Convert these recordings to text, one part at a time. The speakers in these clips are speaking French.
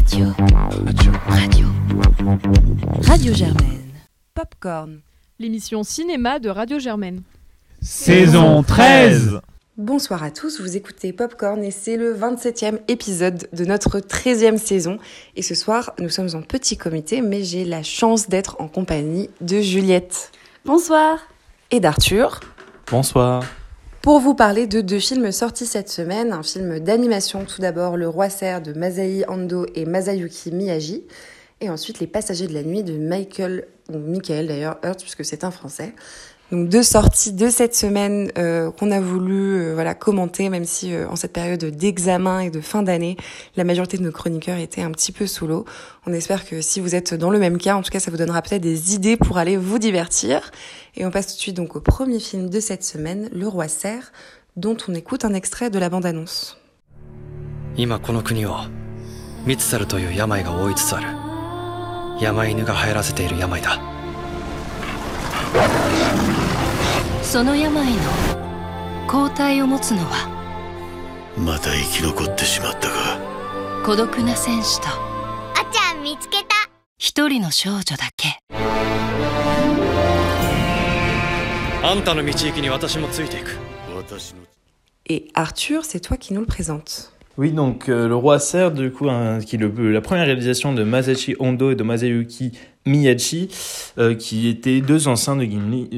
Radio Germaine. Popcorn, l'émission cinéma de Radio Germaine. Saison 13. Bonsoir à tous, vous écoutez Popcorn et c'est le 27e épisode de notre 13e saison. Et ce soir, nous sommes en petit comité, mais j'ai la chance d'être en compagnie de Juliette. Bonsoir. Et d'Arthur. Bonsoir. Pour vous parler de deux films sortis cette semaine, un film d'animation tout d'abord, Le Roi Cerf de Masahi Ando et Masayuki Miyagi, et ensuite Les Passagers de la Nuit de Michael d'ailleurs, Hurt, puisque c'est un français. Donc deux sorties de cette semaine qu'on a voulu commenter, même si en cette période d'examen et de fin d'année, la majorité de nos chroniqueurs étaient un petit peu sous l'eau. On espère que si vous êtes dans le même cas, en tout cas ça vous donnera peut-être des idées pour aller vous divertir. Et on passe tout de suite donc au premier film de cette semaine, Le Roi Cerf, dont on écoute un extrait de la bande-annonce. 今この国をミツサルという病が覆いつつある。山犬が流行らせている病だ。 その病の抗体を持つのはまた生き残ってしまったか。 孤独な戦士とあちゃん見つけた一人の少女だけ。 あんたの道行きに私もついていく。 Et Arthur, c'est toi qui nous le présente. Oui, donc Le Roi Cerf, du coup, qui est la première réalisation de Masashi Ando et de Masayuki Miyagi, qui étaient deux anciens de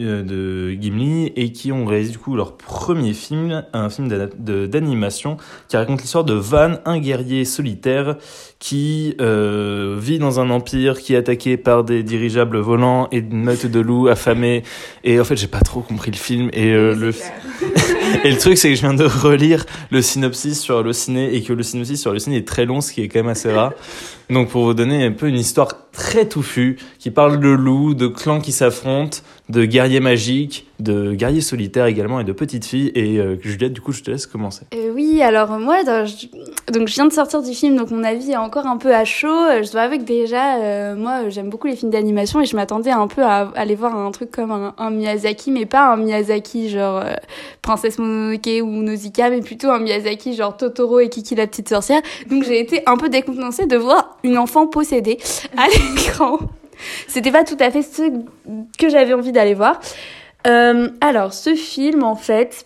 Ghibli et qui ont réalisé du coup leur premier film, un film d'animation qui raconte l'histoire de Van, un guerrier solitaire qui vit dans un empire qui est attaqué par des dirigeables volants et une meute de loups affamés. Et en fait, j'ai pas trop compris le film et et le truc, c'est que je viens de relire le synopsis sur Allociné et que le synopsis sur Allociné est très long, ce qui est quand même assez rare. Donc, pour vous donner un peu une histoire très touffue, qui parle de loups, de clans qui s'affrontent, de guerriers magiques, de guerriers solitaires également et de petites filles. Et Juliette, du coup, je te laisse commencer. Oui, alors moi, donc je viens de sortir du film, donc mon avis est encore un peu à chaud. Je dois avouer que déjà, moi, j'aime beaucoup les films d'animation et je m'attendais un peu à aller voir un truc comme un Miyazaki, mais pas un Miyazaki genre Princesse Mononoke ou Nausicaa, mais plutôt un Miyazaki genre Totoro et Kiki la petite sorcière. Donc j'ai été un peu décontenancée de voir une enfant possédée à l'écran. C'était pas tout à fait ce que j'avais envie d'aller voir. Alors, ce film, en fait,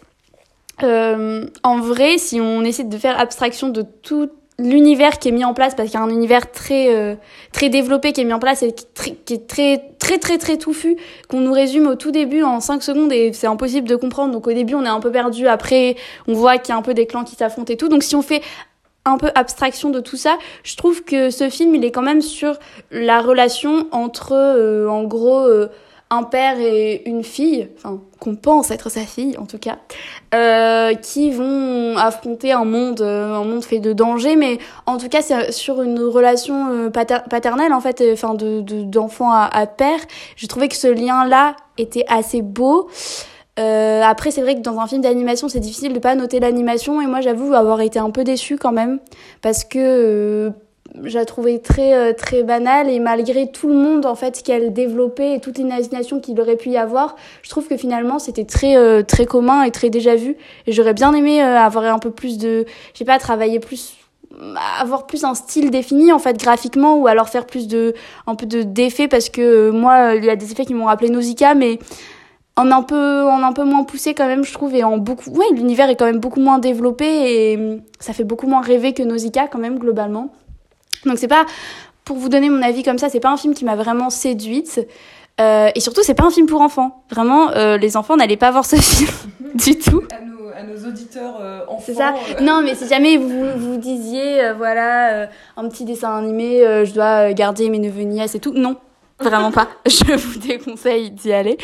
en vrai, si on essaie de faire abstraction de tout l'univers qui est mis en place, parce qu'il y a un univers très développé qui est mis en place et qui est très touffu, qu'on nous résume au tout début en 5 secondes et c'est impossible de comprendre. Donc au début, on est un peu perdu. Après, on voit qu'il y a un peu des clans qui s'affrontent et tout. Donc si on fait un peu abstraction de tout ça, je trouve que ce film, il est quand même sur la relation entre, en gros, un père et une fille, enfin, qu'on pense être sa fille, en tout cas, qui vont affronter un monde fait de danger, mais en tout cas, c'est sur une relation paternelle, en fait, enfin, d'enfant à père. J'ai trouvé que ce lien-là était assez beau. Après, c'est vrai que dans un film d'animation, c'est difficile de pas noter l'animation et moi, j'avoue avoir été un peu déçue quand même parce que je la trouvais très banale et malgré tout le monde en fait qu'elle développait et toute l'imagination qu'il aurait pu y avoir, je trouve que finalement c'était très commun et très déjà vu et j'aurais bien aimé avoir un peu plus de, je sais pas, travailler plus, avoir plus un style défini en fait graphiquement ou alors faire plus un peu d'effets parce que moi il y a des effets qui m'ont rappelé Nausicaa mais en un peu moins poussé quand même je trouve et l'univers est quand même beaucoup moins développé et ça fait beaucoup moins rêver que Nausicaa quand même globalement. Donc c'est pas, pour vous donner mon avis comme ça, c'est pas un film qui m'a vraiment séduite et surtout c'est pas un film pour enfants. Vraiment les enfants n'allaient pas voir ce film du tout. À nos auditeurs enfants. C'est ça. Non mais si jamais vous disiez un petit dessin animé, je dois garder mes neveux nièces et tout, non. Vraiment pas. Je vous déconseille d'y aller.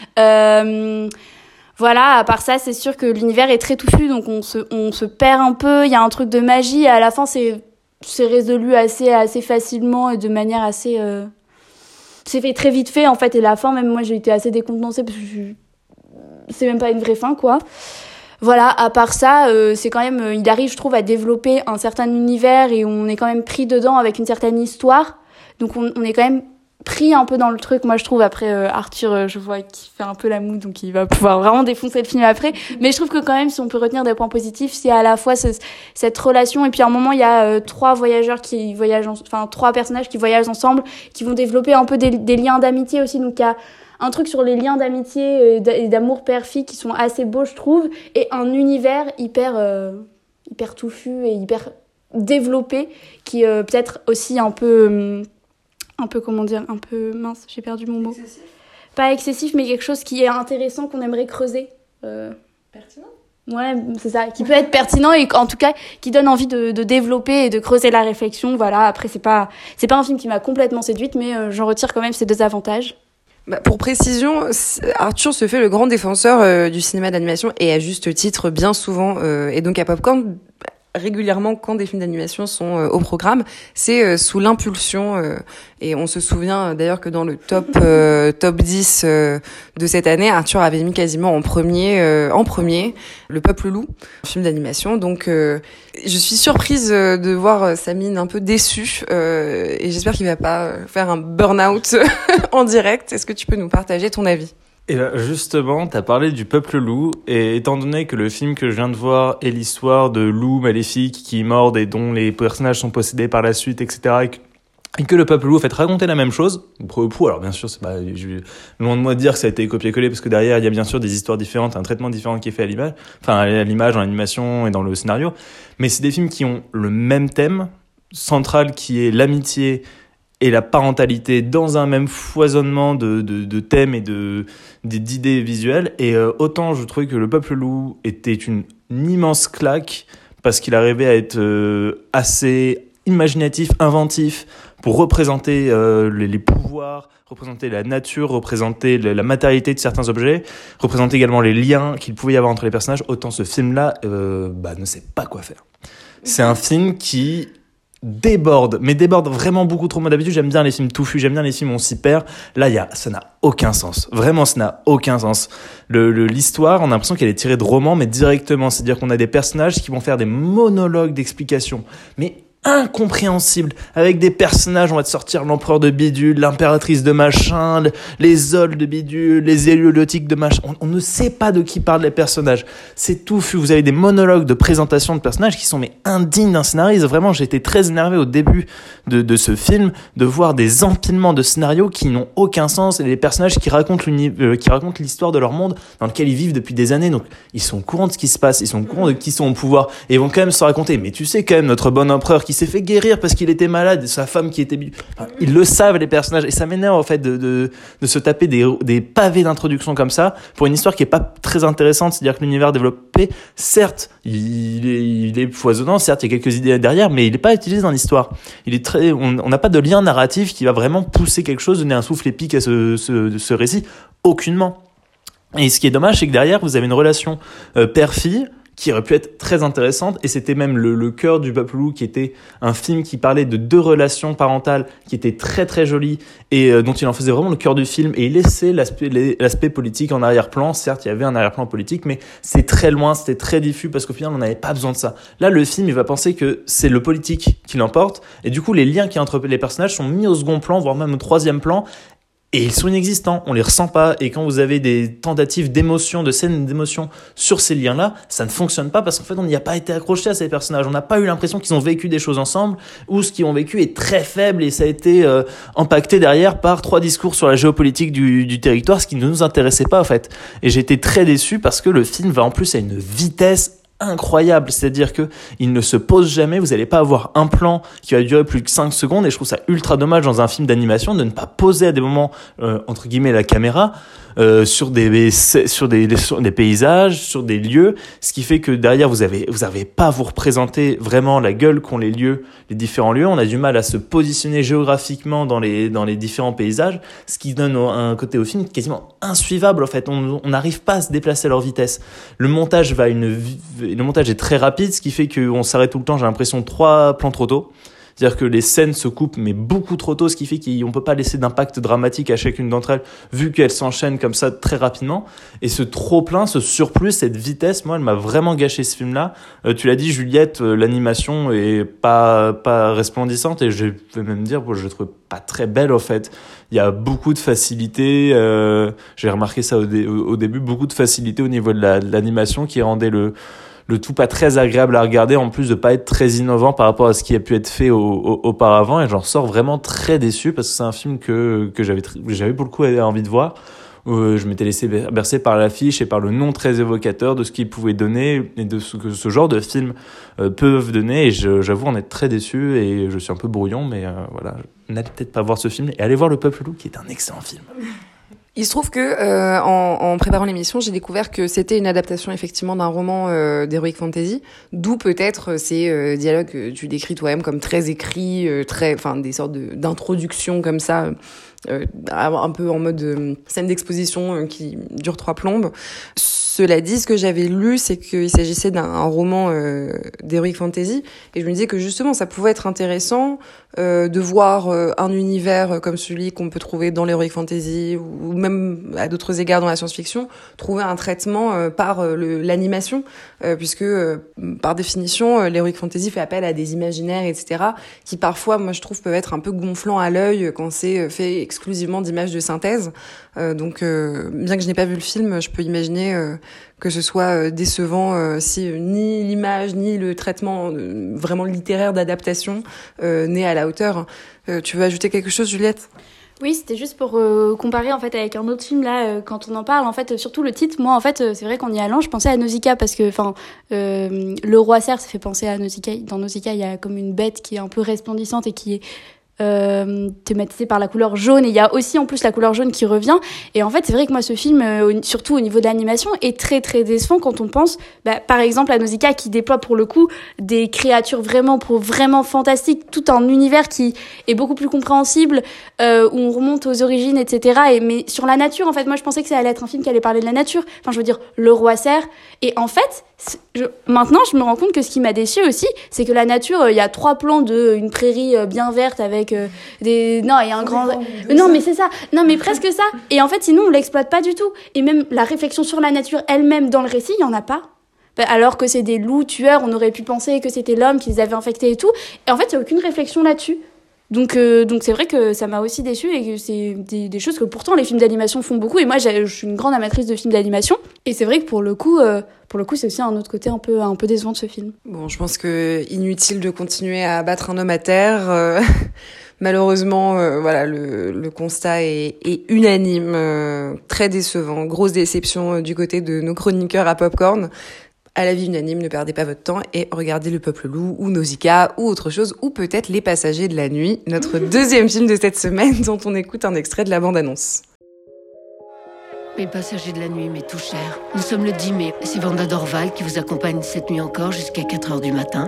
Voilà, à part ça, c'est sûr que l'univers est très touffu, donc on se perd un peu. Il y a un truc de magie. À la fin, c'est résolu assez facilement et de manière assez. C'est fait très vite fait en fait. Et la fin, même moi, j'ai été assez décontenancée parce que c'est même pas une vraie fin, quoi. Voilà, à part ça, c'est quand même, il arrive, je trouve, à développer un certain univers et on est quand même pris dedans avec une certaine histoire. Donc on est quand même pris un peu dans le truc, moi je trouve. Après Arthur, je vois qu'il fait un peu la moue, donc il va pouvoir vraiment défoncer le film après, mais je trouve que quand même, si on peut retenir des points positifs, c'est à la fois cette relation, et puis à un moment il y a trois personnages qui voyagent ensemble, qui vont développer un peu des liens d'amitié aussi, donc il y a un truc sur les liens d'amitié et d'amour père-fille qui sont assez beaux, je trouve, et un univers hyper touffu et hyper développé, qui peut-être aussi un peu comment dire, un peu mince, j'ai perdu mon mot. Excessif. Pas excessif, mais quelque chose qui est intéressant, qu'on aimerait creuser. Pertinent. Ouais, c'est ça, qui peut être pertinent et en tout cas qui donne envie de développer et de creuser la réflexion. Voilà, après c'est pas un film qui m'a complètement séduite, mais j'en retire quand même ces deux avantages. Pour précision, Arthur se fait le grand défenseur du cinéma d'animation, et à juste titre bien souvent, et donc à Popcorn, régulièrement quand des films d'animation sont au programme, c'est sous l'impulsion, et on se souvient d'ailleurs que dans le top 10 de cette année, Arthur avait mis quasiment en premier Le Peuple Loup, un film d'animation. Donc je suis surprise de voir sa mine un peu déçue, et j'espère qu'il va pas faire un burn-out en direct. Est-ce que tu peux nous partager ton avis ? Et là, justement, t'as parlé du Peuple Loup, et étant donné que le film que je viens de voir est l'histoire de loups maléfiques qui mordent et dont les personnages sont possédés par la suite, etc., et que le Peuple Loup, en fait, racontait la même chose, alors bien sûr, c'est pas, loin de moi de dire que ça a été copié-collé, parce que derrière, il y a bien sûr des histoires différentes, un traitement différent qui est fait à l'image, dans l'animation et dans le scénario, mais c'est des films qui ont le même thème central, qui est l'amitié et la parentalité dans un même foisonnement de thèmes et d'idées visuelles. Et autant je trouvais que Le Peuple Loup était une immense claque, parce qu'il arrivait à être assez imaginatif, inventif, pour représenter les pouvoirs, représenter la nature, représenter la matérialité de certains objets, représenter également les liens qu'il pouvait y avoir entre les personnages. Autant ce film-là ne sait pas quoi faire. C'est un film qui déborde vraiment beaucoup trop. Moi d'habitude j'aime bien les films touffus, j'aime bien les films où on s'y perd. Là ça n'a aucun sens, vraiment ça n'a aucun sens. L'histoire, on a l'impression qu'elle est tirée de romans, mais directement, c'est-à-dire qu'on a des personnages qui vont faire des monologues d'explications, mais incompréhensible, avec des personnages, on va te sortir l'empereur de bidule, l'impératrice de machin, les Zols de bidule, les héliolytiques de machin, on ne sait pas de qui parlent les personnages, c'est touffu. Vous avez des monologues de présentation de personnages qui sont mais indignes d'un scénariste. Vraiment, j'ai été très énervé au début de ce film de voir des empilements de scénarios qui n'ont aucun sens, et des personnages qui racontent l'histoire de leur monde dans lequel ils vivent depuis des années. Donc ils sont au courant de ce qui se passe, ils sont au courant de qui sont au pouvoir, et ils vont quand même se raconter, mais tu sais quand même, notre bon empereur qui s'est fait guérir parce qu'il était malade, et sa femme qui était... Enfin, ils le savent, les personnages, et ça m'énerve en fait de se taper des pavés d'introduction comme ça pour une histoire qui est pas très intéressante. C'est-à-dire que l'univers développé, certes, il est foisonnant, certes, il y a quelques idées derrière, mais il est pas utilisé dans l'histoire. On n'a pas de lien narratif qui va vraiment pousser quelque chose, donner un souffle épique à ce récit, aucunement. Et ce qui est dommage, c'est que derrière, vous avez une relation père-fille qui aurait pu être très intéressante, et c'était même le cœur du Peuple Loup, qui était un film qui parlait de deux relations parentales qui étaient très très jolies, et dont il en faisait vraiment le cœur du film, et il laissait l'aspect politique en arrière-plan. Certes, il y avait un arrière-plan politique, mais c'est très loin, c'était très diffus, parce qu'au final on n'avait pas besoin de ça. Là, le film, il va penser que c'est le politique qui l'emporte, et du coup les liens qu'il y a entre les personnages sont mis au second plan, voire même au troisième plan, et ils sont inexistants, on les ressent pas. Et quand vous avez des tentatives d'émotion, de scènes d'émotion sur ces liens-là, ça ne fonctionne pas, parce qu'en fait on n'y a pas été accroché à ces personnages. On n'a pas eu l'impression qu'ils ont vécu des choses ensemble, ou ce qu'ils ont vécu est très faible, et ça a été impacté derrière par 3 discours sur la géopolitique du territoire, ce qui ne nous intéressait pas en fait. Et j'ai été très déçu, parce que le film va en plus à une vitesse incroyable, c'est-à-dire que il ne se pose jamais. Vous n'allez pas avoir un plan qui va durer plus que 5 secondes, et je trouve ça ultra dommage dans un film d'animation de ne pas poser à des moments entre guillemets la caméra sur des paysages, sur des lieux, ce qui fait que derrière vous avez pas à vous représenter vraiment la gueule qu'ont les différents lieux. On a du mal à se positionner géographiquement dans les différents paysages, ce qui donne un côté au film quasiment insuivable en fait. On n'arrive pas à se déplacer à leur vitesse. Le montage est très rapide, ce qui fait qu'on s'arrête tout le temps, j'ai l'impression, 3 plans trop tôt. C'est-à-dire que les scènes se coupent mais beaucoup trop tôt, ce qui fait qu'on peut pas laisser d'impact dramatique à chacune d'entre elles, vu qu'elles s'enchaînent comme ça très rapidement. Et ce trop-plein, ce surplus, cette vitesse, moi, elle m'a vraiment gâché ce film-là. Tu l'as dit, Juliette, l'animation est pas resplendissante, et je vais même dire, je la trouve pas très belle, en fait. Il y a beaucoup de facilité, j'ai remarqué ça au début, beaucoup de facilité au niveau de l'animation qui rendait le tout pas très agréable à regarder, en plus de pas être très innovant par rapport à ce qui a pu être fait auparavant, et j'en ressors vraiment très déçu parce que c'est un film que j'avais pour le coup envie de voir. Je m'étais laissé bercer par l'affiche et par le nom très évocateur de ce qu'il pouvait donner et de ce que ce genre de films peuvent donner, et j'avoue en être très déçu, et je suis un peu brouillon, mais voilà, n'allez peut-être pas voir ce film et allez voir Le Peuple Loup, qui est un excellent film. Il se trouve que en préparant l'émission, j'ai découvert que c'était une adaptation effectivement d'un roman d'heroic fantasy, d'où peut-être ces dialogues que tu décris toi-même comme très écrits, des sortes d'introductions comme ça, un peu en mode scène d'exposition qui dure 3 plombes. Cela dit, ce que j'avais lu, c'est qu'il s'agissait d'un roman d'heroic fantasy, et je me disais que justement ça pouvait être intéressant de voir un univers comme celui qu'on peut trouver dans l'heroic fantasy, ou même à d'autres égards dans la science-fiction, trouver un traitement par l'animation, puisque par définition l'heroic fantasy fait appel à des imaginaires, etc., qui parfois, moi je trouve, peuvent être un peu gonflants à l'œil quand c'est fait exclusivement d'images de synthèse. Donc bien que je n'ai pas vu le film, je peux imaginer que ce soit décevant si ni l'image ni le traitement vraiment littéraire d'adaptation n'est à la hauteur. Tu veux ajouter quelque chose, Juliette ? Oui, c'était juste pour comparer en fait avec un autre film là, quand on en parle, en fait, surtout le titre. Moi, en fait, c'est vrai qu'en y allant, je pensais à Nausicaa, parce que le roi cerf, ça fait penser à Nausicaa. Dans Nausicaa, il y a comme une bête qui est un peu resplendissante et qui est thématisée par la couleur jaune, et il y a aussi en plus la couleur jaune qui revient. Et en fait, c'est vrai que moi, ce film, surtout au niveau de l'animation, est très très décevant quand on pense par exemple à Nausicaa, qui déploie pour le coup des créatures vraiment fantastiques, tout un univers qui est beaucoup plus compréhensible, où on remonte aux origines, etc. Mais sur la nature, en fait, moi je pensais que ça allait être un film qui allait parler de la nature, je veux dire le roi cerf. Et en fait, maintenant je me rends compte que ce qui m'a déçu aussi, c'est que la nature, il y a 3 plans d'une prairie bien verte avec il y a un grand... Non, mais c'est ça. Non, mais presque ça. Et en fait, sinon, on l'exploite pas du tout. Et même la réflexion sur la nature elle-même dans le récit, il y en a pas. Alors que c'est des loups tueurs, on aurait pu penser que c'était l'homme qui les avait infectés et tout. Et en fait, il y a aucune réflexion là-dessus. Donc c'est vrai que ça m'a aussi déçue, et que c'est des choses que pourtant les films d'animation font beaucoup. Et moi, je suis une grande amatrice de films d'animation. Et c'est vrai que pour le coup, c'est aussi un autre côté un peu décevant de ce film. Bon, je pense que inutile de continuer à battre un homme à terre. Malheureusement, le constat est unanime, très décevant, grosse déception du côté de nos chroniqueurs à Popcorn. À l'avis unanime, ne perdez pas votre temps et regardez Le Peuple Loup ou Nausicaa ou autre chose, ou peut-être Les Passagers de la Nuit, notre deuxième film de cette semaine dont on écoute un extrait de la bande-annonce. Les Passagers de la Nuit m'est tout cher. Nous sommes le 10 mai. C'est Vanda Dorval qui vous accompagne cette nuit encore jusqu'à 4h du matin.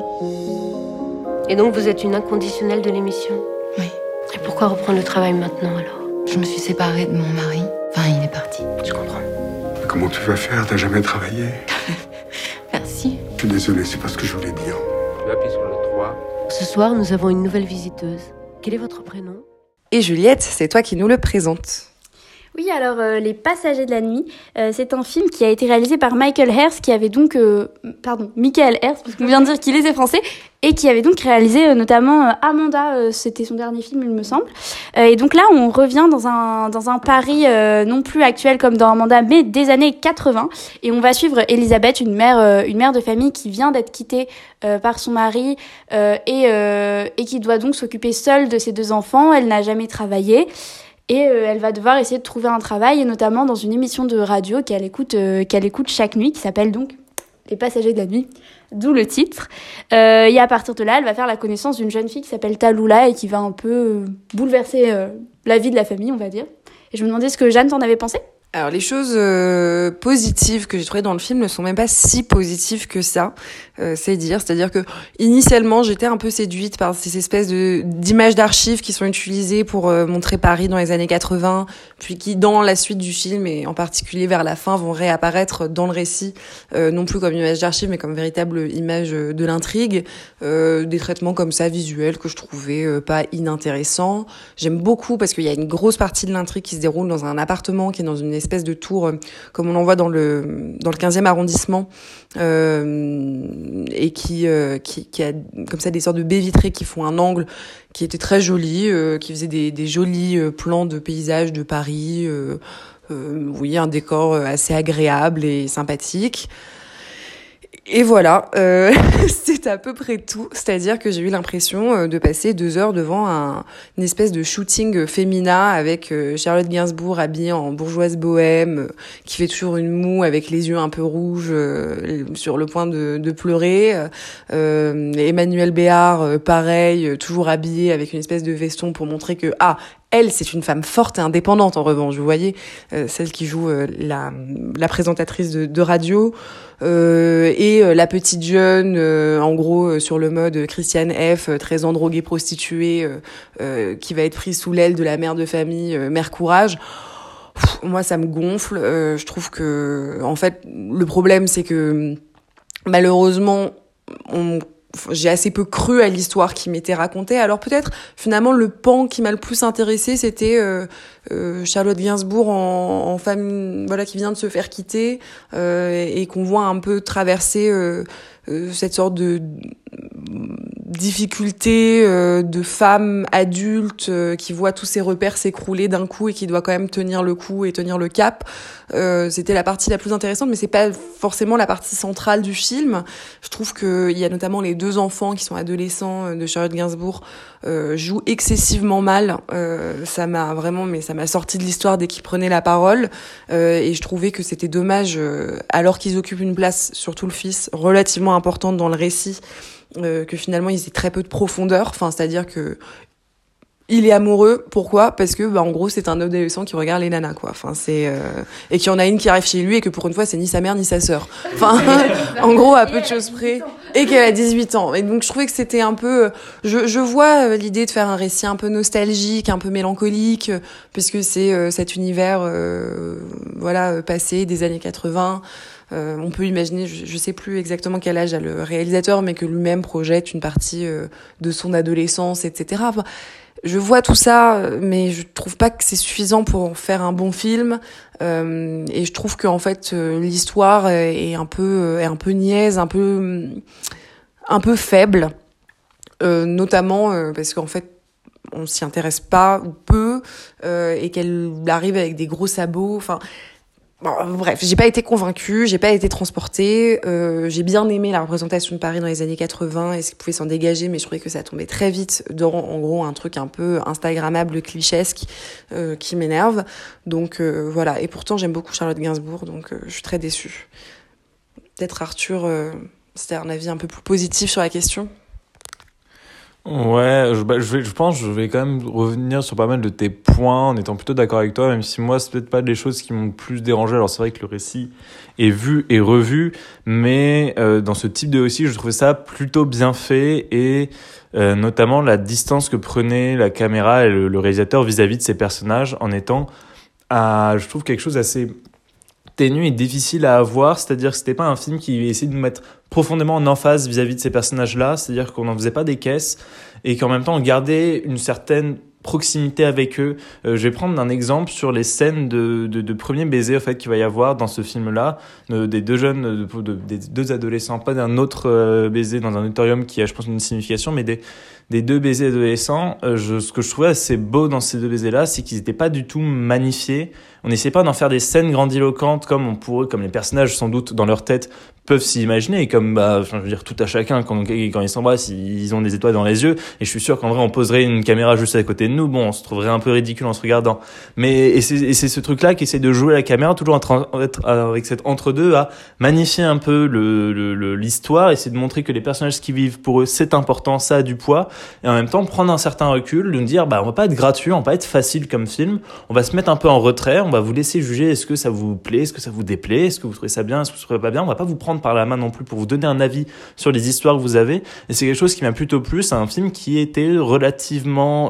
Et donc vous êtes une inconditionnelle de l'émission ? Oui. Et pourquoi reprendre le travail maintenant alors ? Je me suis séparée de mon mari. Il est parti. Je comprends. Comment tu vas faire ? T'as jamais travaillé ? Merci. Je suis désolé, c'est pas ce que je voulais dire. Tu appuies sur le 3. Ce soir, nous avons une nouvelle visiteuse. Quel est votre prénom ? Et Juliette, c'est toi qui nous le présentes. Oui, alors Les Passagers de la Nuit, c'est un film qui a été réalisé par Michael Herz, qui avait donc... Michael Herz, parce qu'on vient de dire qu'il était français, et qui avait donc réalisé notamment Amanda, c'était son dernier film, il me semble. Et donc là, on revient dans un Paris non plus actuel comme dans Amanda, mais des années 80. Et on va suivre Elisabeth, une mère de famille qui vient d'être quittée par son mari et qui doit donc s'occuper seule de ses 2 enfants. Elle n'a jamais travaillé. Et elle va devoir essayer de trouver un travail, et notamment dans une émission de radio qu'elle écoute chaque nuit, qui s'appelle donc Les Passagers de la Nuit, d'où le titre. Et à partir de là, elle va faire la connaissance d'une jeune fille qui s'appelle Talula, et qui va un peu bouleverser la vie de la famille, on va dire. Et je me demandais ce que Jeanne t'en avait pensé. Alors les choses positives que j'ai trouvées dans le film ne sont même pas si positives que ça. c'est dire. C'est-à-dire que initialement, j'étais un peu séduite par ces espèces d'images d'archives qui sont utilisées pour montrer Paris dans les années 80, puis qui, dans la suite du film, et en particulier vers la fin, vont réapparaître dans le récit, non plus comme images d'archives, mais comme véritable image de l'intrigue. Des traitements comme ça, visuels, que je trouvais pas inintéressants. J'aime beaucoup parce qu'il y a une grosse partie de l'intrigue qui se déroule dans un appartement qui est dans une espèce de tour, comme on en voit dans le 15e arrondissement, et qui a comme ça des sortes de baies vitrées qui font un angle qui était très joli, qui faisait des jolis plans de paysages de Paris, oui, un décor assez agréable et sympathique. Et voilà, c'est à peu près tout. C'est-à-dire que j'ai eu l'impression de passer 2 heures devant une espèce de shooting féminin avec Charlotte Gainsbourg habillée en bourgeoise bohème, qui fait toujours une moue avec les yeux un peu rouges, sur le point de pleurer. Emmanuel Béard, pareil, toujours habillée avec une espèce de veston pour montrer que elle, c'est une femme forte et indépendante, en revanche. Vous voyez, celle qui joue la présentatrice de radio, et la petite jeune, en gros, sur le mode Christiane F., très androguée, prostituée, qui va être prise sous l'aile de la mère de famille, Mère Courage. Moi, ça me gonfle. Je trouve que, en fait, le problème, c'est que, malheureusement, j'ai assez peu cru à l'histoire qui m'était racontée. Alors peut-être, finalement, le pan qui m'a le plus intéressé, c'était Charlotte Gainsbourg en femme, voilà, qui vient de se faire quitter, et qu'on voit un peu traverser cette sorte de difficulté de femme adulte qui voit tous ses repères s'écrouler d'un coup et qui doit quand même tenir le coup et tenir le cap. C'était la partie la plus intéressante, mais c'est pas forcément la partie centrale du film. Je trouve que il y a notamment les 2 enfants qui sont adolescents de Charlotte Gainsbourg, jouent excessivement mal. Ça m'a sorti de l'histoire dès qu'ils prenaient la parole, et je trouvais que c'était dommage, alors qu'ils occupent une place, surtout le fils, relativement importante dans le récit, que finalement ils aient très peu de profondeur. Enfin, c'est-à-dire que il est amoureux. Pourquoi ? Parce que, en gros, c'est un adolescent qui regarde les nanas, quoi. Enfin, et qu'il y en a une qui arrive chez lui et que pour une fois, c'est ni sa mère ni sa sœur. Enfin, en gros, à peu de choses près. Et qu'elle a 18 ans. Et donc, je trouvais que c'était un peu, je vois l'idée de faire un récit un peu nostalgique, un peu mélancolique, puisque c'est cet univers, passé des années 80. On peut imaginer, je sais plus exactement quel âge a le réalisateur, mais que lui-même projette une partie de son adolescence, etc. Enfin, je vois tout ça, mais je trouve pas que c'est suffisant pour en faire un bon film. Et je trouve que en fait l'histoire est un peu niaise, un peu faible, notamment parce qu'en fait on s'y intéresse pas ou peu, et qu'elle arrive avec des gros sabots. Enfin. Bon, bref, j'ai pas été convaincue, j'ai pas été transportée. J'ai bien aimé la représentation de Paris dans les années 80 et ce qui pouvait s'en dégager, mais je trouvais que ça tombait très vite dans, en gros, un truc un peu instagrammable, clichésque, qui m'énerve. Donc voilà. Et pourtant, j'aime beaucoup Charlotte Gainsbourg, donc je suis très déçue. Peut-être Arthur, c'était un avis un peu plus positif sur la question. Ouais, je pense que je vais quand même revenir sur pas mal de tes points en étant plutôt d'accord avec toi, même si moi c'est peut-être pas des choses qui m'ont le plus dérangé. Alors c'est vrai que le récit est vu et revu, mais dans ce type de récit, je trouvais ça plutôt bien fait, et notamment la distance que prenait la caméra et le réalisateur vis-à-vis de ses personnages, en étant je trouve quelque chose assez ténu et difficile à avoir. C'est-à-dire que c'était pas un film qui essayait de nous mettre profondément en emphase vis-à-vis de ces personnages-là, c'est-à-dire qu'on n'en faisait pas des caisses et qu'en même temps on gardait une certaine proximité avec eux. Je vais prendre un exemple sur les scènes de premier baiser, en fait, qu'il va y avoir dans ce film-là, des 2 jeunes, des 2 adolescents, pas d'un autre baiser dans un auditorium qui a, je pense, une signification, mais des 2 baisers adolescents. Ce que je trouvais assez beau dans ces 2 baisers-là, c'est qu'ils n'étaient pas du tout magnifiés. On n'essayait pas d'en faire des scènes grandiloquentes comme les personnages, sans doute, dans leur tête, peuvent s'y imaginer, et comme je veux dire, tout à chacun, quand ils s'embrassent, ils ont des étoiles dans les yeux, et je suis sûr qu'en vrai on poserait une caméra juste à côté de nous, bon, on se trouverait un peu ridicule en se regardant, mais c'est ce truc là qui essaie de jouer la caméra, toujours avec cet entre-deux, à magnifier un peu l'histoire, essayer de montrer que les personnages qui vivent, pour eux c'est important, ça a du poids, et en même temps prendre un certain recul, de nous dire on va pas être gratuit, on va pas être facile comme film, on va se mettre un peu en retrait, on va vous laisser juger est-ce que ça vous plaît, est-ce que ça vous déplaît, est-ce que vous trouvez ça bien, est-ce que vous trouvez pas bien, on va pas vous prendre par la main non plus pour vous donner un avis sur les histoires que vous avez, et c'est quelque chose qui m'a plutôt plu. C'est un film qui était relativement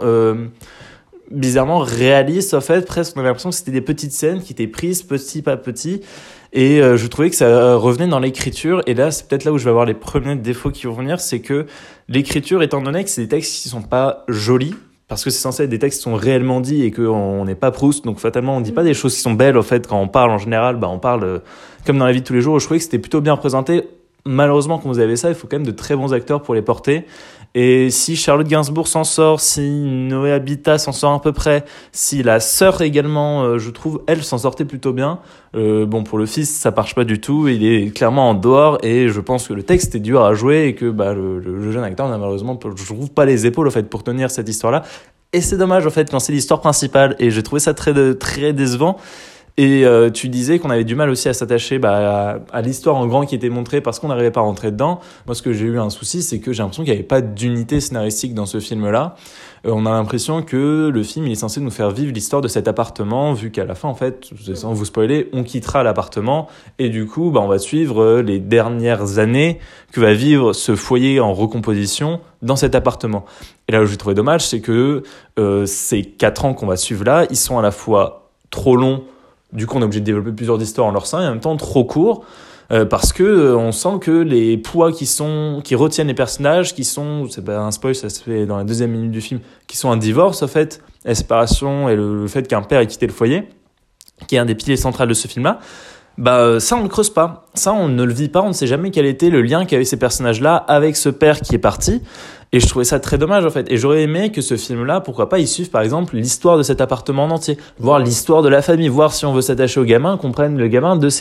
bizarrement réaliste, en fait, presque on avait l'impression que c'était des petites scènes qui étaient prises petit à petit, et je trouvais que ça revenait dans l'écriture, et là c'est peut-être là où je vais avoir les premiers défauts qui vont venir, c'est que l'écriture, étant donné que c'est des textes qui sont pas jolis, parce que c'est censé être des textes qui sont réellement dits et qu'on n'est pas Proust, donc fatalement on dit pas des choses qui sont belles, en fait, quand on parle en général, on parle comme dans la vie de tous les jours. Je trouvais que c'était plutôt bien présenté. Malheureusement, quand vous avez ça, il faut quand même de très bons acteurs pour les porter. Et si Charlotte Gainsbourg s'en sort, si Noé Habitat s'en sort à peu près, si la sœur également, je trouve, elle s'en sortait plutôt bien. Pour le fils, ça marche pas du tout. Il est clairement en dehors et je pense que le texte est dur à jouer et que le jeune acteur n'a malheureusement, je trouve, pas les épaules, en fait, pour tenir cette histoire-là. Et c'est dommage, en fait, quand c'est l'histoire principale. Et j'ai trouvé ça très décevant. Et tu disais qu'on avait du mal aussi à s'attacher à l'histoire en grand qui était montrée parce qu'on n'arrivait pas à rentrer dedans. Moi, ce que j'ai eu un souci, c'est que j'ai l'impression qu'il n'y avait pas d'unité scénaristique dans ce film-là. On a l'impression que le film il est censé nous faire vivre l'histoire de cet appartement, vu qu'à la fin, en fait, sans vous spoiler, on quittera l'appartement et du coup, on va suivre les dernières années que va vivre ce foyer en recomposition dans cet appartement. Et là où j'ai trouvé dommage, c'est que ces 4 ans qu'on va suivre là, ils sont à la fois trop longs. Du coup, on est obligé de développer plusieurs histoires en leur sein et en même temps trop court parce que on sent que les poids qui retiennent les personnages, c'est pas un spoil, ça se fait dans la 2e minute du film, qui sont un divorce, en fait, la séparation et le fait qu'un père ait quitté le foyer, qui est un des piliers centraux de ce film-là, ça on ne creuse pas, ça on ne le vit pas, on ne sait jamais quel était le lien qu'avaient ces personnages-là avec ce père qui est parti. Et je trouvais ça très dommage, en fait. Et j'aurais aimé que ce film-là, pourquoi pas, il suive, par exemple, l'histoire de cet appartement en entier. Voir l'histoire de la famille. Voir si on veut s'attacher au gamin, qu'on prenne le gamin de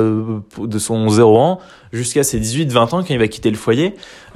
son 0 ans jusqu'à ses 18-20 ans quand il va quitter le foyer.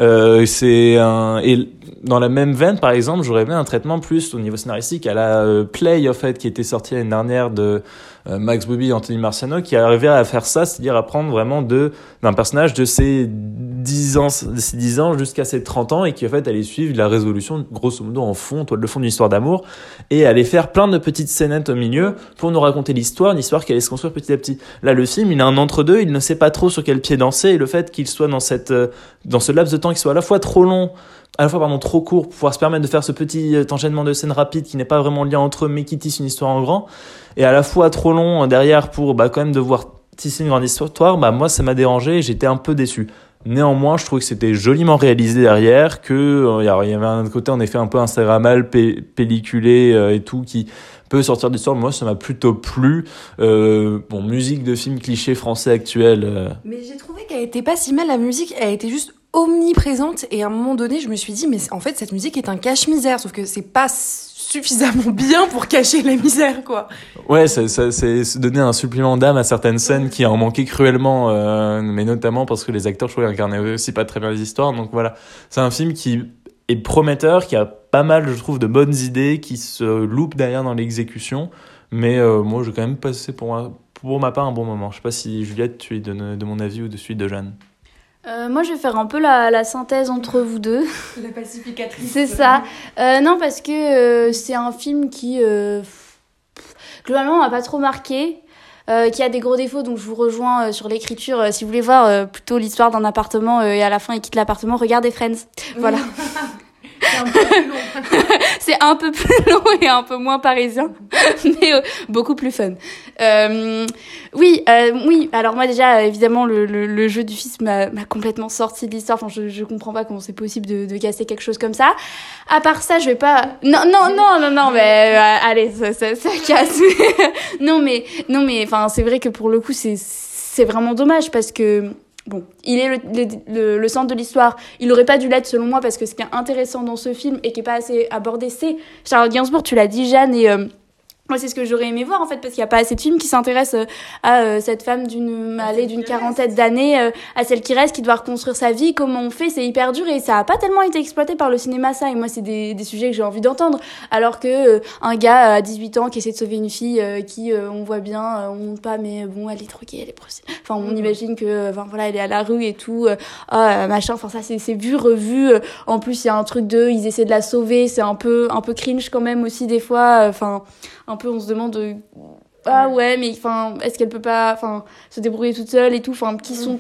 Et dans la même veine, par exemple, j'aurais aimé un traitement plus au niveau scénaristique à la Play, en fait, qui était sortie l'année dernière de Max Bobby et Anthony Marciano, qui arrivait à faire ça, c'est-à-dire à prendre vraiment d'un personnage de ses 10 ans jusqu'à ses 30 ans et qui, en fait, allait suivre la résolution, grosso modo, en fond, toile de fond d'une histoire d'amour et aller faire plein de petites scénettes au milieu pour nous raconter l'histoire, une histoire qui allait se construire petit à petit. Là, le film, il a un entre-deux, il ne sait pas trop sur quel pied danser et le fait qu'il soit dans ce laps de temps qui soit à la fois trop long, à la fois trop court pour pouvoir se permettre de faire ce petit enchaînement de scènes rapides qui n'est pas vraiment lié entre eux mais qui tisse une histoire en grand et à la fois trop long derrière pour quand même devoir tisser une grande histoire, moi ça m'a dérangé et j'étais un peu déçu. Néanmoins, je trouve que c'était joliment réalisé derrière, que il y avait un côté en effet un peu instagrammal, pelliculé et tout qui peut sortir d'histoire. Moi, ça m'a plutôt plu. Musique de film cliché français actuel. Mais j'ai trouvé qu'elle était pas si mal, la musique, elle était juste omniprésente et à un moment donné, je me suis dit mais en fait cette musique est un cache-misère, sauf que c'est pas suffisamment bien pour cacher la misère, quoi. Ouais, c'est se donner un supplément d'âme à certaines scènes qui en manquaient cruellement, mais notamment parce que les acteurs, je trouvais, incarnaient aussi pas très bien les histoires. Donc voilà, c'est un film qui est prometteur, qui a pas mal, je trouve, de bonnes idées, qui se loupe derrière dans l'exécution. Mais moi, j'ai quand même passé pour ma part un bon moment. Je sais pas si, Juliette, tu es de mon avis ou de celui de Jeanne. Moi, je vais faire un peu la synthèse entre vous deux. La pacificatrice. C'est ça. Non, parce que c'est un film qui, globalement, m'a pas trop marqué, qui a des gros défauts, donc je vous rejoins sur l'écriture. Si vous voulez voir plutôt l'histoire d'un appartement et à la fin, il quitte l'appartement, regardez Friends. Voilà. C'est un peu plus long. C'est un peu plus long et un peu moins parisien, mais beaucoup plus fun. Oui. Alors moi déjà, évidemment, le jeu du fils m'a complètement sorti de l'histoire. Enfin, je comprends pas comment c'est possible de casser quelque chose comme ça. À part ça, je vais pas. Non, mais allez, ça casse. non, mais, enfin, c'est vrai que pour le coup, c'est vraiment dommage parce que. Bon, il est le centre de l'histoire. Il aurait pas dû l'être selon moi parce que ce qui est intéressant dans ce film et qui est pas assez abordé, c'est Charlotte Gainsbourg, tu l'as dit, Jeanne, et Moi, c'est ce que j'aurais aimé voir, en fait, parce qu'il n'y a pas assez de films qui s'intéressent à cette femme d'une quarantaine d'années, à celle qui reste, qui doit reconstruire sa vie. Comment on fait? C'est hyper dur et ça n'a pas tellement été exploité par le cinéma, ça. Et moi, c'est des sujets que j'ai envie d'entendre. Alors que un gars à 18 ans qui essaie de sauver une fille qui, on voit bien, on montre pas, mais bon, elle est droguée, elle est prostituée. Enfin, on imagine que, voilà, elle est à la rue et tout, machin. Enfin, ça, c'est vu, revu. En plus, il y a un truc ils essaient de la sauver. C'est un peu cringe quand même aussi, des fois. Enfin, un peu on se demande ouais mais enfin est-ce qu'elle peut pas se débrouiller toute seule et tout, qui sont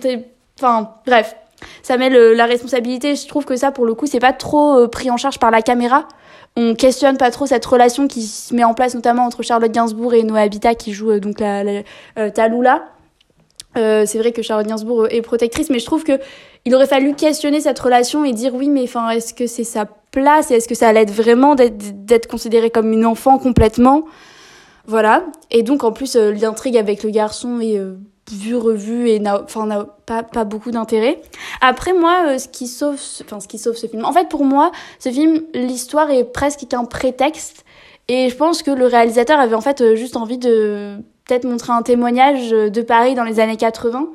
bref, ça met la responsabilité. Je trouve que ça pour le coup c'est pas trop pris en charge par la caméra. On questionne pas trop cette relation qui se met en place notamment entre Charlotte Gainsbourg et Noah Habitat qui joue donc Tallulah. C'est vrai que Charlotte Gainsbourg est protectrice, mais je trouve que il aurait fallu questionner cette relation et dire oui, mais est-ce que c'est sa place et est-ce que ça l'aide vraiment d'être considérée comme une enfant complètement? Voilà. Et donc, en plus, l'intrigue avec le garçon est vue, revue et n'a pas beaucoup d'intérêt. Après, moi, ce qui sauve ce film. En fait, pour moi, ce film, l'histoire est presque qu'un prétexte. Et je pense que le réalisateur avait en fait juste envie de peut-être montrer un témoignage de Paris dans les années 80.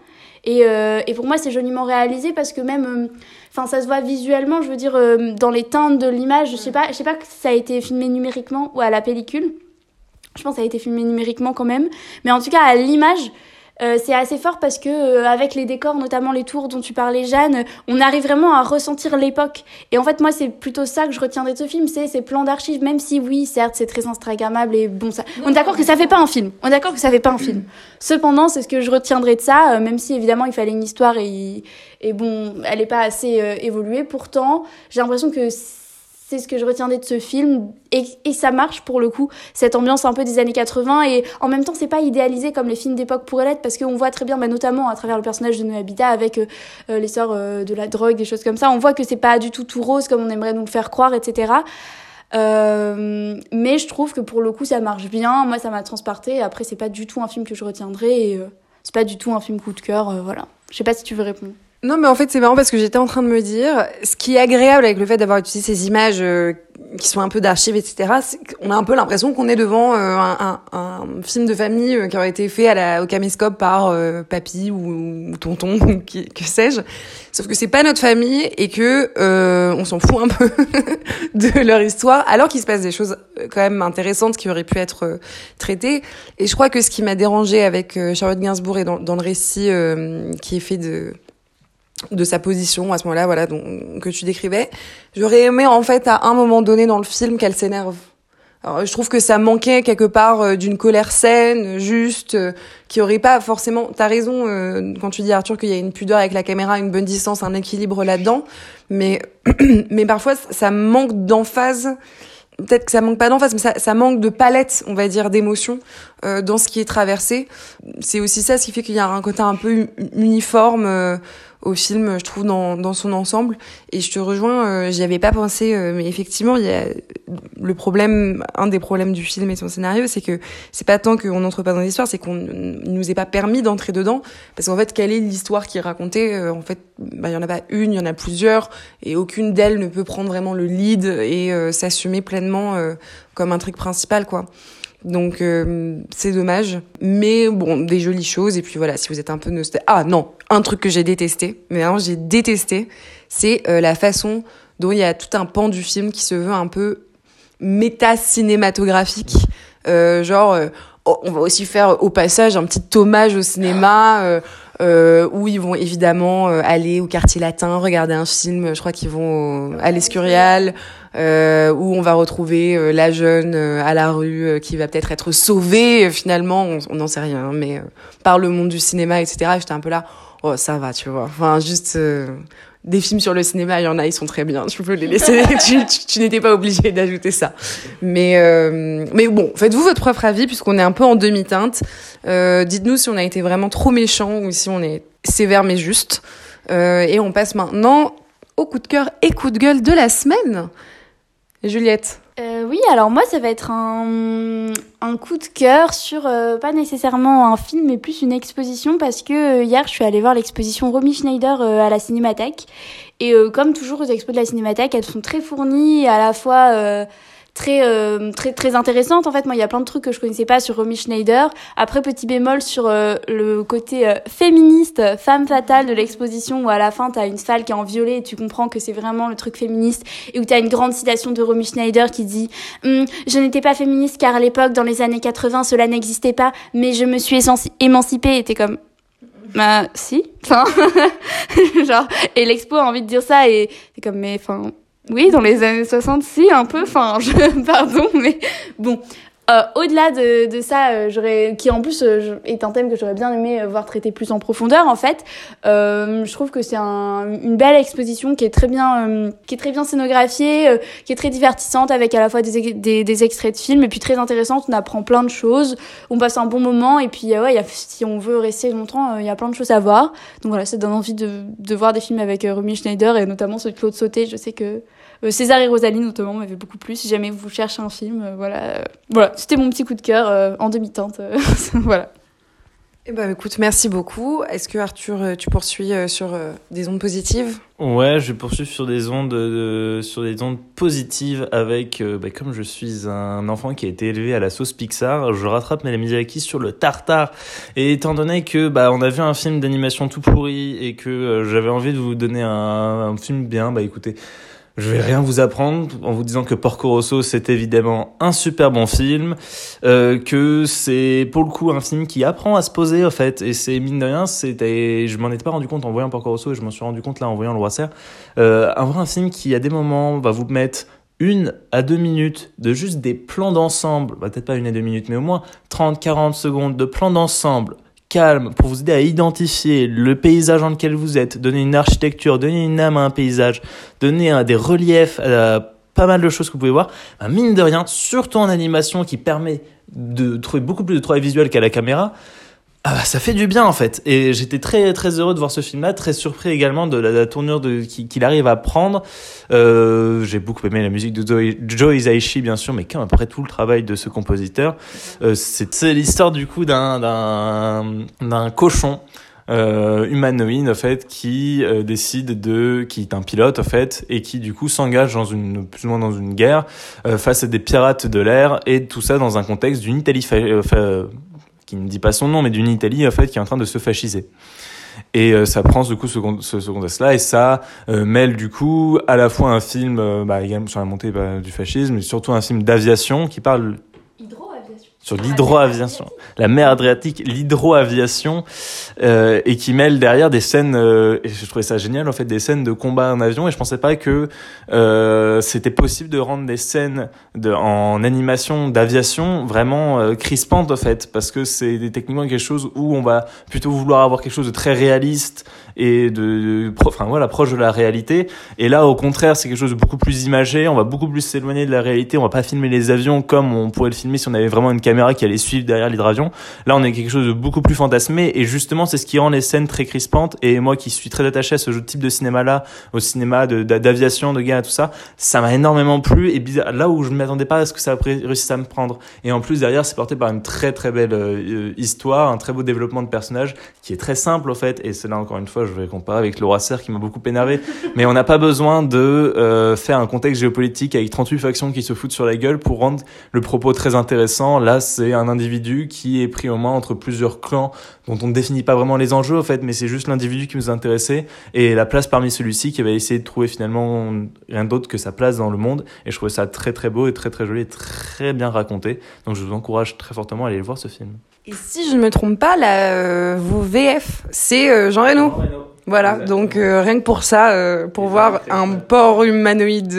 Et pour moi, c'est joliment réalisé parce que même, ça se voit visuellement, je veux dire, dans les teintes de l'image. Je sais pas si ça a été filmé numériquement ou à la pellicule. Je pense que ça a été filmé numériquement quand même. Mais en tout cas, à l'image, c'est assez fort parce que avec les décors, notamment les tours dont tu parlais, Jeanne, on arrive vraiment à ressentir l'époque. Et en fait, moi, c'est plutôt ça que je retiendrai de ce film, c'est ces plans d'archives, même si oui, certes, c'est très instagrammable et bon, ça. On est d'accord que ça fait pas un film. Cependant, c'est ce que je retiendrai de ça, même si évidemment il fallait une histoire et bon, elle est pas assez évoluée. Pourtant, j'ai l'impression que c'est ce que je retiendrai de ce film et ça marche pour le coup, cette ambiance un peu des années 80 et en même temps c'est pas idéalisé comme les films d'époque pourraient l'être parce qu'on voit très bien, notamment à travers le personnage de Noah Habitat avec l'essor de la drogue, des choses comme ça, on voit que c'est pas du tout rose comme on aimerait nous le faire croire, etc. Mais je trouve que pour le coup ça marche bien, moi ça m'a transporté. Après c'est pas du tout un film que je retiendrai et c'est pas du tout un film coup de cœur, voilà. Je sais pas si tu veux répondre. Non, mais en fait, c'est marrant parce que j'étais en train de me dire, ce qui est agréable avec le fait d'avoir utilisé ces images qui sont un peu d'archives, etc., c'est qu'on a un peu l'impression qu'on est devant un film de famille qui aurait été fait au caméscope par papy ou tonton, ou que sais-je. Sauf que c'est pas notre famille et que on s'en fout un peu de leur histoire, alors qu'il se passe des choses quand même intéressantes qui auraient pu être traitées. Et je crois que ce qui m'a dérangé avec Charlotte Gainsbourg et dans le récit qui est fait de sa position à ce moment-là, voilà, que tu décrivais. J'aurais aimé, en fait, à un moment donné dans le film, qu'elle s'énerve. Alors, je trouve que ça manquait quelque part d'une colère saine, juste, qui aurait pas forcément... T'as raison quand tu dis, Arthur, qu'il y a une pudeur avec la caméra, une bonne distance, un équilibre là-dedans, mais parfois, ça manque d'emphase. Peut-être que ça manque pas d'emphase, mais ça manque de palette, on va dire, d'émotions dans ce qui est traversé. C'est aussi ça, ce qui fait qu'il y a un côté un peu uniforme au film, je trouve, dans son ensemble. Et je te rejoins, j'y avais pas pensé, mais effectivement, il y a un des problèmes du film et de son scénario, c'est que c'est pas tant qu'on n'entre pas dans l'histoire, c'est qu'on nous est pas permis d'entrer dedans. Parce qu'en fait, quelle est l'histoire qui est racontée? En fait, il y en a pas une, il y en a plusieurs, et aucune d'elles ne peut prendre vraiment le lead et s'assumer pleinement comme intrigue principale, quoi. Donc c'est dommage, mais bon, des jolies choses. Et puis voilà, si vous êtes un peu nostalgique... Ah non, un truc que j'ai détesté, c'est la façon dont il y a tout un pan du film qui se veut un peu méta-cinématographique. On va aussi faire au passage un petit hommage au cinéma... où ils vont évidemment aller au Quartier Latin, regarder un film, je crois qu'ils vont à l'Escurial, où on va retrouver la jeune à la rue qui va peut-être être sauvée finalement, on n'en sait rien, mais par le monde du cinéma, etc. J'étais un peu là, oh ça va, tu vois, enfin juste... Des films sur le cinéma, il y en a, ils sont très bien. Tu peux les laisser. tu n'étais pas obligé d'ajouter ça. Mais bon, faites-vous votre propre avis puisqu'on est un peu en demi-teinte. Dites-nous si on a été vraiment trop méchant ou si on est sévère mais juste. Et on passe maintenant au coup de cœur et coup de gueule de la semaine. Juliette. Oui, alors moi, ça va être un coup de cœur sur pas nécessairement un film, mais plus une exposition, parce que hier, je suis allée voir l'exposition Romy Schneider à la Cinémathèque. Et comme toujours, aux expos de la Cinémathèque, elles sont très fournies, à la fois très intéressante. En fait, moi, il y a plein de trucs que je connaissais pas sur Romy Schneider. Après, petit bémol sur le côté féministe, femme fatale de l'exposition, où à la fin, t'as une salle qui est en violet et tu comprends que c'est vraiment le truc féministe, et où t'as une grande citation de Romy Schneider qui dit je n'étais pas féministe car à l'époque, dans les années 80, cela n'existait pas, mais je me suis émancipée. Et t'es comme bah si, enfin genre, et l'expo a envie de dire ça et c'est comme mais enfin oui, dans les années 60 si un peu, enfin pardon, mais bon. Au-delà de ça, qui en plus est un thème que j'aurais bien aimé voir traiter plus en profondeur en fait. Je trouve que c'est une belle exposition qui est très bien scénographiée, qui est très divertissante avec à la fois des extraits de films et puis très intéressante. On apprend plein de choses, on passe un bon moment et puis si on veut rester longtemps, il y a plein de choses à voir. Donc voilà, ça donne envie de voir des films avec Romy Schneider et notamment celui de Claude Sauté. Je sais que César et Rosalie notamment m'avaient beaucoup plu. Si jamais vous cherchez un film, voilà, c'était mon petit coup de cœur en demi-teinte. Voilà. Eh ben, écoute, merci beaucoup. Est-ce que Arthur, tu poursuis sur des ondes positives ? Ouais, je vais poursuivre sur des ondes positives avec, comme je suis un enfant qui a été élevé à la sauce Pixar, je rattrape mes Miyazaki sur le tartare. Et étant donné que on a vu un film d'animation tout pourri et que j'avais envie de vous donner un film bien, écoutez. Je vais rien vous apprendre en vous disant que Porco Rosso, c'est évidemment un super bon film, que c'est pour le coup un film qui apprend à se poser en fait, et c'est mine de rien, je m'en étais pas rendu compte en voyant Porco Rosso et je m'en suis rendu compte là en voyant Le Roi Serre, un film qui à des moments va vous mettre 1 à 2 minutes de juste des plans d'ensemble, peut-être pas 1 à 2 minutes mais au moins 30-40 secondes de plans d'ensemble calme pour vous aider à identifier le paysage dans lequel vous êtes, donner une architecture, donner une âme à un paysage, donner des reliefs à pas mal de choses que vous pouvez voir, mine de rien, surtout en animation qui permet de trouver beaucoup plus de travail visuel qu'à la caméra, ça fait du bien en fait. Et j'étais très très heureux de voir ce film-là, très surpris également de la tournure qu'il arrive à prendre. J'ai beaucoup aimé la musique de Joe Hisaishi bien sûr, mais quand même après tout le travail de ce compositeur, c'est l'histoire du coup d'un cochon humanoïde en fait qui qui est un pilote en fait et qui du coup s'engage plus ou moins dans une guerre face à des pirates de l'air, et tout ça dans un contexte d'une Italie qui ne dit pas son nom, mais d'une Italie en fait qui est en train de se fasciser. Et ça prend du coup ce contexte-là, et ça mêle du coup à la fois un film également sur la montée du fascisme, mais surtout un film d'aviation qui parle sur l'hydroaviation, la mer Adriatique, l'hydroaviation, et qui mêle derrière des scènes, et je trouvais ça génial en fait, des scènes de combat en avion, et je pensais pas que c'était possible de rendre des scènes en animation d'aviation vraiment crispantes en fait, parce que c'est techniquement quelque chose où on va plutôt vouloir avoir quelque chose de très réaliste et proche de la réalité, et là au contraire c'est quelque chose de beaucoup plus imagé, on va beaucoup plus s'éloigner de la réalité, on va pas filmer les avions comme on pourrait le filmer si on avait vraiment une caméra qui allait suivre derrière l'hydravion. Là on est quelque chose de beaucoup plus fantasmé, et justement c'est ce qui rend les scènes très crispantes, et moi qui suis très attaché à ce type de cinéma là, au cinéma d'aviation, de guerre, tout ça m'a énormément plu, et bizarre, là où je ne m'attendais pas à ce que ça réussisse à me prendre, et en plus derrière c'est porté par une très très belle histoire, un très beau développement de personnages qui est très simple en fait, et c'est là encore une fois je vais comparer avec Le Roi Serre qui m'a beaucoup énervé, mais on n'a pas besoin de faire un contexte géopolitique avec 38 factions qui se foutent sur la gueule pour rendre le propos très intéressant. Là c'est un individu qui est pris aux mains entre plusieurs clans dont on ne définit pas vraiment les enjeux en fait, mais c'est juste l'individu qui nous intéressait, et la place parmi celui-ci qui avait essayé de trouver finalement rien d'autre que sa place dans le monde, et je trouvais ça très très beau et très très joli et très bien raconté, donc je vous encourage très fortement à aller voir ce film. Et si je ne me trompe pas, vos VF, c'est Jean Reno. Voilà, donc rien que pour ça, pour voir un porc humanoïde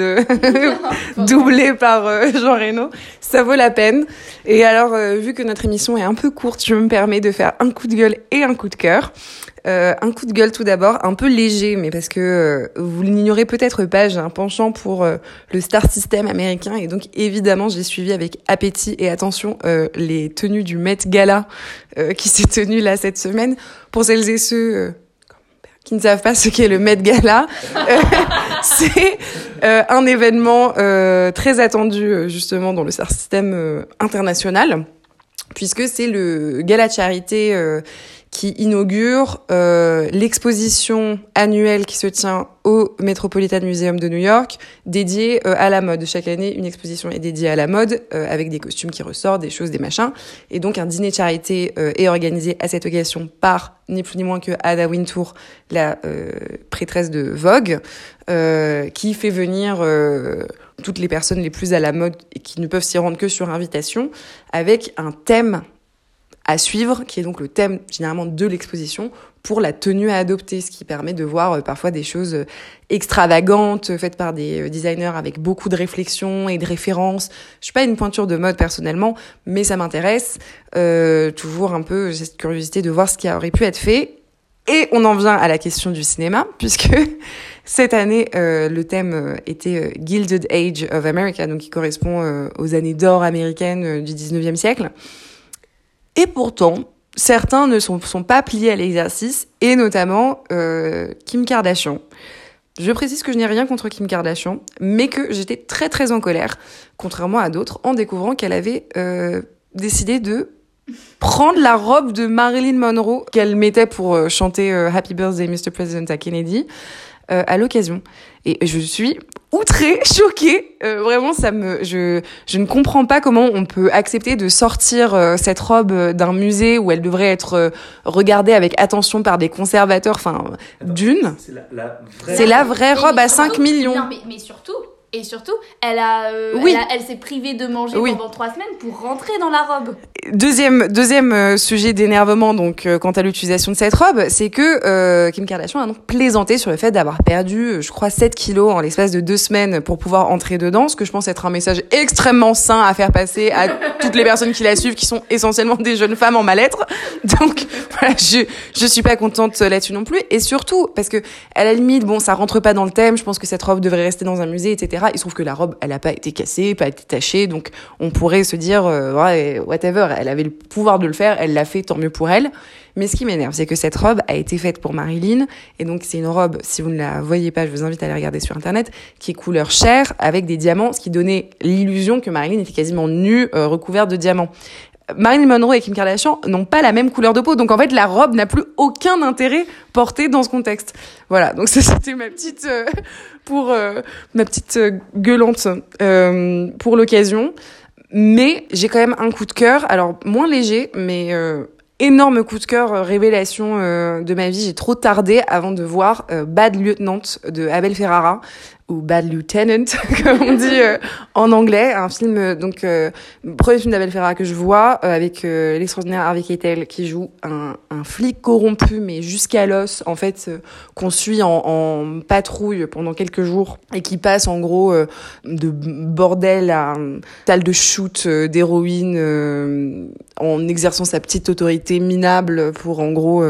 doublé par Jean Reno, ça vaut la peine. Et alors, vu que notre émission est un peu courte, je me permets de faire un coup de gueule et un coup de cœur. Un coup de gueule tout d'abord, un peu léger, mais parce que vous l'ignorez peut-être pas, j'ai un penchant pour le Star System américain, et donc évidemment j'ai suivi avec appétit et attention les tenues du Met Gala qui s'est tenu là cette semaine. Pour celles et ceux qui ne savent pas ce qu'est le Met Gala, c'est un événement très attendu justement dans le Star System international, puisque c'est le gala de charité qui inaugure l'exposition annuelle qui se tient au Metropolitan Museum de New York, dédiée à la mode. Chaque année, une exposition est dédiée à la mode, avec des costumes qui ressortent, des choses, des machins. Et donc, un dîner de charité est organisé à cette occasion par ni plus ni moins que Ada Wintour, la prêtresse de Vogue, qui fait venir toutes les personnes les plus à la mode et qui ne peuvent s'y rendre que sur invitation, avec un thème à suivre, qui est donc le thème généralement de l'exposition, pour la tenue à adopter, ce qui permet de voir parfois des choses extravagantes faites par des designers avec beaucoup de réflexion et de références. Je suis pas une pointure de mode personnellement, mais ça m'intéresse. Toujours un peu cette curiosité de voir ce qui aurait pu être fait. Et on en vient à la question du cinéma, puisque cette année, le thème était Gilded Age of America, donc qui correspond aux années d'or américaines du 19e siècle. Et pourtant, certains ne sont pas pliés à l'exercice, et notamment Kim Kardashian. Je précise que je n'ai rien contre Kim Kardashian, mais que j'étais très très en colère, contrairement à d'autres, en découvrant qu'elle avait décidé de prendre la robe de Marilyn Monroe qu'elle mettait pour chanter Happy Birthday Mr. President à Kennedy à l'occasion. Et je suis outrée, choquée. Vraiment, je ne comprends pas comment on peut accepter de sortir cette robe d'un musée où elle devrait être regardée avec attention par des conservateurs. Enfin, d'une. C'est la vraie robe à 5 millions. Non, mais surtout. Et surtout, elle s'est privée de manger pendant 3 semaines pour rentrer dans la robe. Deuxième sujet d'énervement, donc quant à l'utilisation de cette robe, c'est que Kim Kardashian a donc plaisanté sur le fait d'avoir perdu, je crois, 7 kilos en l'espace de 2 semaines pour pouvoir entrer dedans, ce que je pense être un message extrêmement sain à faire passer à toutes les personnes qui la suivent, qui sont essentiellement des jeunes femmes en mal-être. Donc voilà, je suis pas contente là-dessus non plus. Et surtout, parce que à la limite, bon, ça rentre pas dans le thème, je pense que cette robe devrait rester dans un musée, etc. Il se trouve que la robe, elle a pas été cassée, pas été tachée, donc on pourrait se dire, ouais, whatever, elle avait le pouvoir de le faire, elle l'a fait, tant mieux pour elle. Mais ce qui m'énerve, c'est que cette robe a été faite pour Marilyn, et donc c'est une robe, si vous ne la voyez pas, je vous invite à la regarder sur internet, qui est couleur chair, avec des diamants, ce qui donnait l'illusion que Marilyn était quasiment nue, recouverte de diamants. Marilyn Monroe et Kim Kardashian n'ont pas la même couleur de peau, donc en fait la robe n'a plus aucun intérêt porté dans ce contexte. Voilà, donc ça c'était ma petite gueulante pour l'occasion. Mais j'ai quand même un coup de cœur, alors moins léger, mais énorme coup de cœur, révélation de ma vie. J'ai trop tardé avant de voir Bad Lieutenant de Abel Ferrara, ou Bad Lieutenant, comme on dit en anglais, un film, donc premier film d'Abel Ferrara que je vois, avec l'extraordinaire Harvey Keitel qui joue un flic corrompu, mais jusqu'à l'os, en fait, qu'on suit en patrouille pendant quelques jours, et qui passe en gros de bordel à salle de shoot d'héroïne, en exerçant sa petite autorité minable pour en gros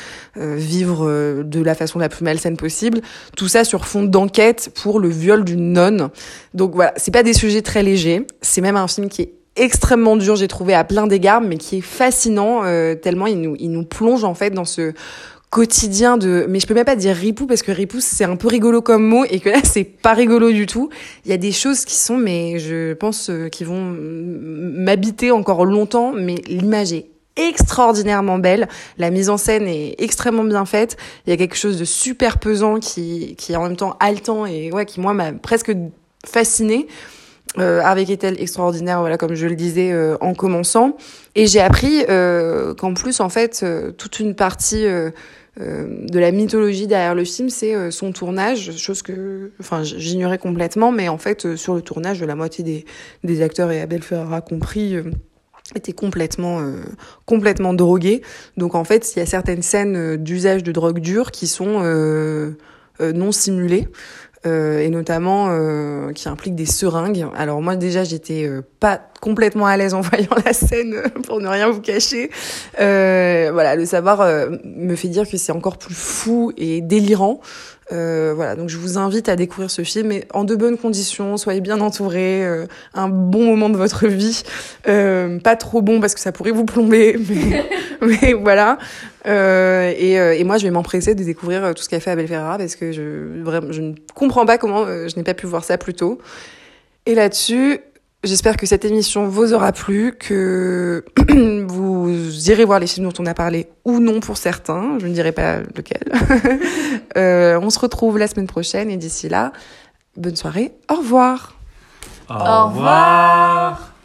vivre de la façon la plus malsaine possible. Tout ça sur fond d'enquête pour le viol d'une nonne. Donc voilà, c'est pas des sujets très légers. C'est même un film qui est extrêmement dur, j'ai trouvé, à plein d'égards, mais qui est fascinant, tellement il nous plonge en fait dans ce quotidien mais je peux même pas dire ripou, parce que ripou c'est un peu rigolo comme mot, et que là c'est pas rigolo du tout. Il y a des choses qui sont, mais je pense qui vont m'habiter encore longtemps, mais l'image est extraordinairement belle, la mise en scène est extrêmement bien faite, il y a quelque chose de super pesant qui est en même temps haletant, et ouais, qui moi m'a presque fascinée. Avec Ethel extraordinaire, voilà, comme je le disais en commençant, et j'ai appris qu'en plus en fait toute une partie de la mythologie derrière le film, c'est son tournage, chose que j'ignorais complètement, mais en fait sur le tournage, la moitié des acteurs, et Abel Ferrara compris, étaient complètement drogués. Donc en fait il y a certaines scènes d'usage de drogue dure qui sont non simulées, et notamment qui implique des seringues. Alors moi déjà j'étais pas complètement à l'aise en voyant la scène, pour ne rien vous cacher. Voilà, le savoir me fait dire que c'est encore plus fou et délirant. Voilà, donc je vous invite à découvrir ce film, mais en de bonnes conditions, soyez bien entourés, un bon moment de votre vie, pas trop bon parce que ça pourrait vous plomber, mais voilà. Et moi je vais m'empresser de découvrir tout ce qu'a fait Abel Ferrara, parce que je ne comprends pas comment je n'ai pas pu voir ça plus tôt. Et là-dessus, J'espère que cette émission vous aura plu, que vous irez voir les films dont on a parlé ou non pour certains. Je ne dirai pas lequel. On se retrouve la semaine prochaine et d'ici là, bonne soirée. Au revoir. Au revoir.